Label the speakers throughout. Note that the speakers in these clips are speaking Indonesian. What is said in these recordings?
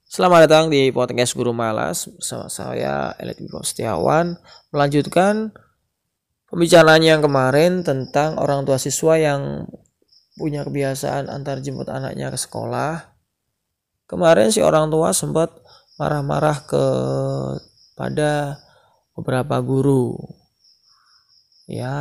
Speaker 1: Selamat datang di podcast Guru Malas bersama saya Elit Bimo Setiawan, melanjutkan pembicaraan yang kemarin tentang orang tua siswa yang punya kebiasaan antar jemput anaknya ke sekolah. Kemarin si orang tua sempat marah-marah kepada beberapa guru. Ya,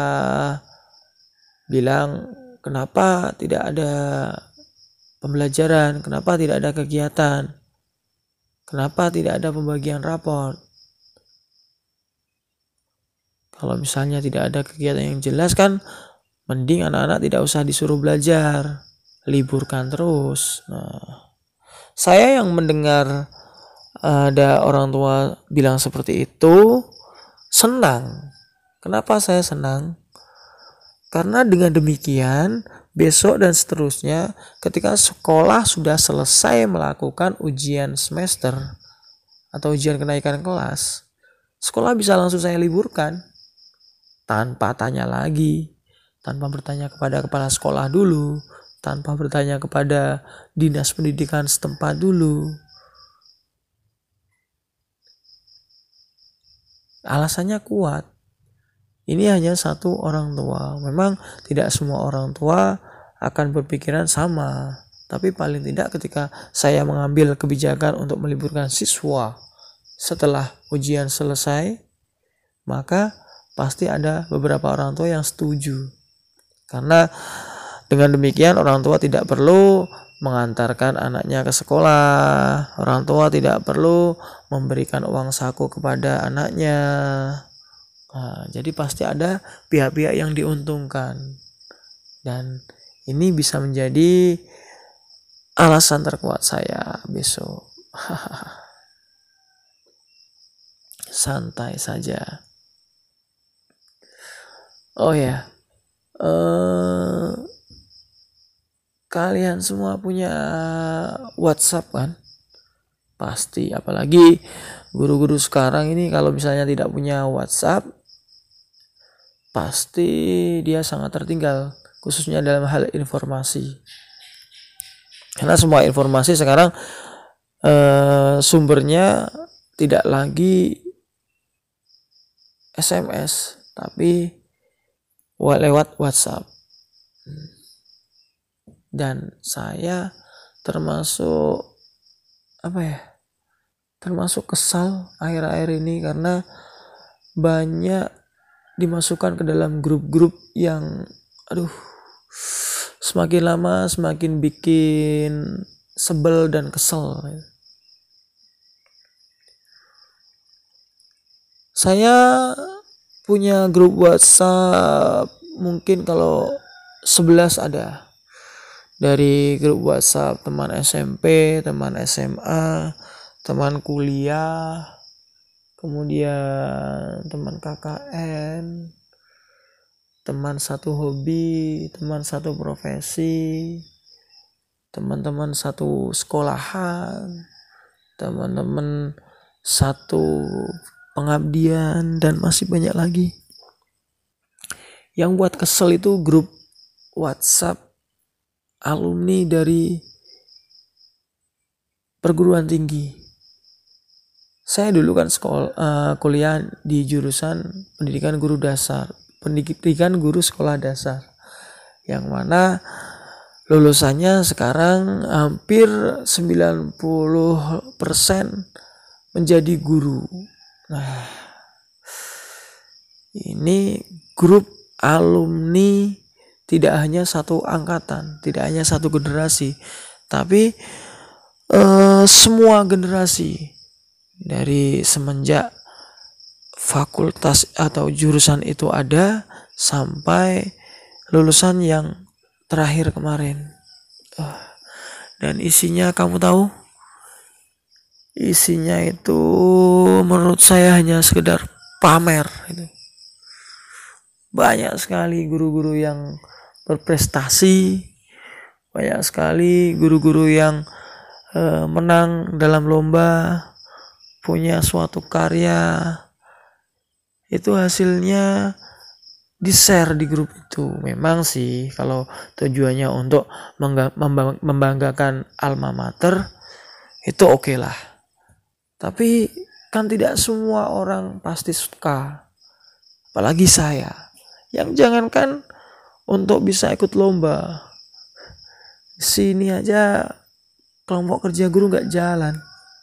Speaker 1: bilang kenapa tidak ada pembelajaran, kenapa tidak ada kegiatan. Kenapa tidak ada pembagian rapor? Kalau misalnya tidak ada kegiatan yang jelas kan mending anak-anak tidak usah disuruh belajar, liburkan terus. Nah, saya yang mendengar ada orang tua bilang seperti itu senang. Kenapa saya senang? Karena dengan demikian besok dan seterusnya ketika sekolah sudah selesai melakukan ujian semester atau ujian kenaikan kelas, sekolah bisa langsung saya liburkan tanpa tanya lagi, tanpa bertanya kepada kepala sekolah dulu, tanpa bertanya kepada dinas pendidikan setempat dulu. Alasannya kuat. Ini hanya satu orang tua. Memang tidak semua orang tua akan berpikiran sama. Tapi paling tidak ketika saya mengambil kebijakan untuk meliburkan siswa setelah ujian selesai, maka pasti ada beberapa orang tua yang setuju. Karena dengan demikian orang tua tidak perlu mengantarkan anaknya ke sekolah. Orang tua tidak perlu memberikan uang saku kepada anaknya. Nah, jadi pasti ada pihak-pihak yang diuntungkan. Dan ini bisa menjadi alasan terkuat saya besok. Santai saja. Oh ya, kalian semua punya WhatsApp kan? Pasti, apalagi guru-guru sekarang ini kalau misalnya tidak punya WhatsApp, pasti dia sangat tertinggal, khususnya dalam hal informasi. Karena semua informasi sekarang sumbernya tidak lagi SMS, tapi lewat WhatsApp. Dan saya termasuk kesal akhir-akhir ini karena banyak dimasukkan ke dalam grup-grup yang semakin lama semakin bikin sebel dan kesel. Saya punya grup WhatsApp mungkin kalau 11 ada. Dari grup WhatsApp teman SMP, teman SMA, teman kuliah, kemudian teman KKN, teman satu hobi, teman satu profesi, teman-teman satu sekolahan, teman-teman satu pengabdian, dan masih banyak lagi. Yang buat kesel itu grup WhatsApp alumni dari perguruan tinggi. Saya dulu kan kuliah di jurusan pendidikan guru dasar, pendidikan guru sekolah dasar, yang mana lulusannya sekarang hampir 90% menjadi guru. Nah, ini grup alumni tidak hanya satu angkatan, tidak hanya satu generasi, tapi semua generasi dari semenjak fakultas atau jurusan itu ada sampai lulusan yang terakhir kemarin. Dan isinya kamu tahu? Isinya itu menurut saya hanya sekedar pamer. Banyak sekali guru-guru yang berprestasi, banyak sekali guru-guru yang menang dalam lomba, punya suatu karya, itu hasilnya di-share di grup itu. Memang sih kalau tujuannya untuk membanggakan alma mater, itu oke lah. Tapi kan tidak semua orang pasti suka, apalagi saya yang jangankan untuk bisa ikut lomba, sini aja kelompok kerja guru nggak jalan.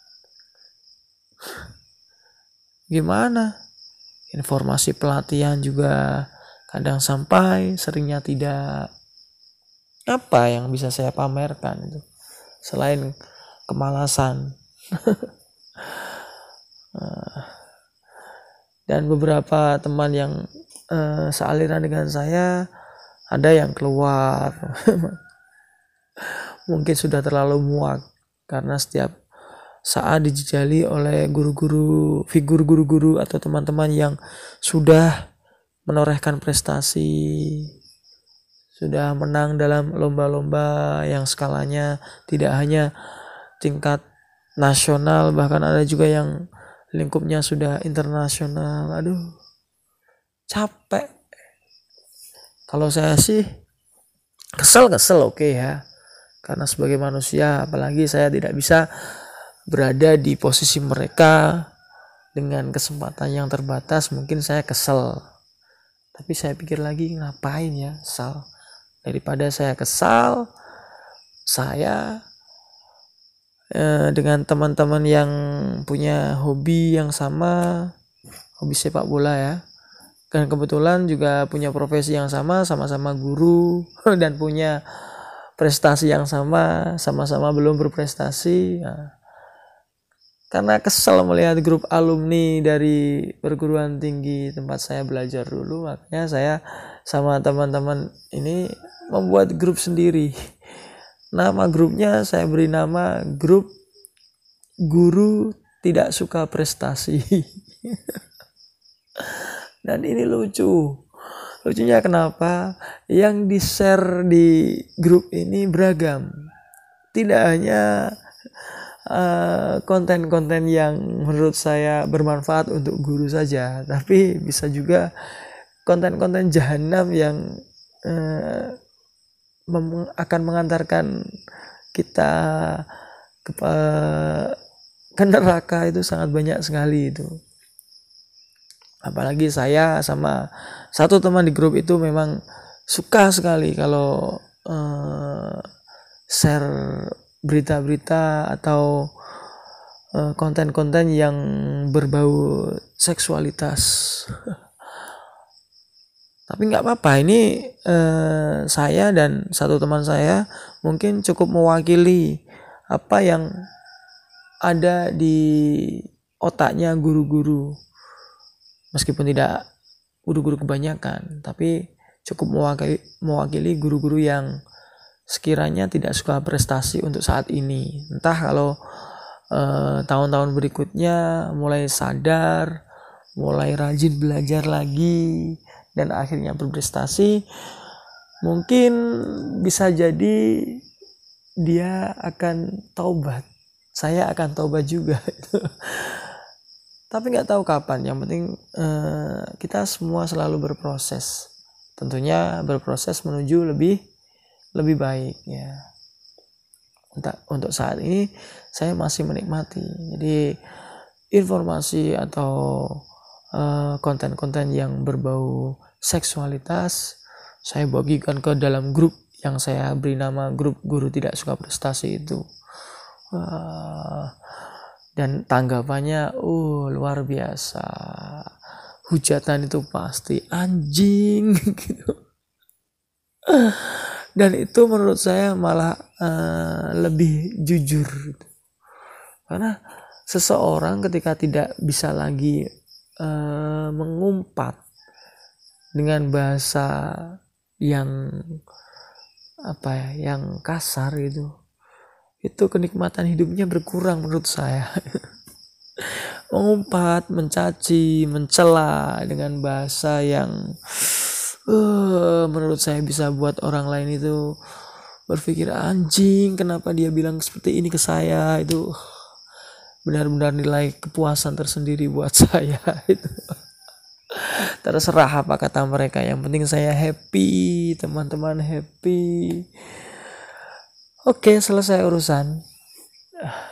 Speaker 1: Gimana? Informasi pelatihan juga kadang sampai, seringnya tidak. Apa yang bisa saya pamerkan itu selain kemalasan? Dan beberapa teman yang sealiran dengan saya ada yang keluar. Mungkin sudah terlalu muak karena setiap saat dijejali oleh guru-guru, figur guru-guru atau teman-teman yang sudah menorehkan prestasi, sudah menang dalam lomba-lomba yang skalanya tidak hanya tingkat nasional, bahkan ada juga yang lingkupnya sudah internasional. Aduh, capek. Kalau saya sih kesel oke ya, karena sebagai manusia, apalagi saya tidak bisa berada di posisi mereka dengan kesempatan yang terbatas, mungkin saya kesel. Tapi saya pikir lagi, ngapain ya kesal? Daripada saya kesal, saya dengan teman-teman yang punya hobi yang sama, hobi sepak bola ya, dan kebetulan juga punya profesi yang sama-sama guru dan punya prestasi yang sama-sama belum berprestasi. Nah, karena kesel melihat grup alumni dari perguruan tinggi tempat saya belajar dulu, makanya saya sama teman-teman ini membuat grup sendiri. Nama grupnya saya beri nama grup Guru Tidak Suka Prestasi. Dan ini lucu. Lucunya kenapa? Yang di-share di grup ini beragam. Tidak hanya konten-konten yang menurut saya bermanfaat untuk guru saja, tapi bisa juga konten-konten jahanam yang akan mengantarkan kita ke neraka. Itu sangat banyak sekali itu. Apalagi saya sama satu teman di grup itu memang suka sekali kalau share berita-berita atau konten-konten yang berbau seksualitas. Tapi nggak apa-apa, ini saya dan satu teman saya mungkin cukup mewakili apa yang ada di otaknya guru-guru. Meskipun tidak guru-guru kebanyakan, tapi cukup mewakili guru-guru yang sekiranya tidak suka prestasi untuk saat ini. Entah kalau tahun-tahun berikutnya mulai sadar, mulai rajin belajar lagi, dan akhirnya berprestasi, mungkin bisa jadi dia akan taubat. Saya akan taubat juga. Tapi nggak tahu kapan. Yang penting kita semua selalu berproses. Tentunya berproses menuju lebih baik ya. Untuk saat ini saya masih menikmati. Jadi informasi atau konten-konten yang berbau seksualitas saya bagikan ke dalam grup yang saya beri nama grup Guru Tidak Suka Prestasi itu. Dan tanggapannya luar biasa. Hujatan itu pasti anjing gitu. Dan itu menurut saya malah lebih jujur gitu. Karena seseorang ketika tidak bisa lagi mengumpat dengan bahasa yang yang kasar gitu, itu kenikmatan hidupnya berkurang menurut saya. Mengumpat, mencaci, mencela dengan bahasa yang menurut saya bisa buat orang lain itu berpikir, anjing kenapa dia bilang seperti ini ke saya. Itu benar-benar nilai kepuasan tersendiri buat saya itu. Terserah apa kata mereka, yang penting saya happy, teman-teman happy. Oke, selesai urusan.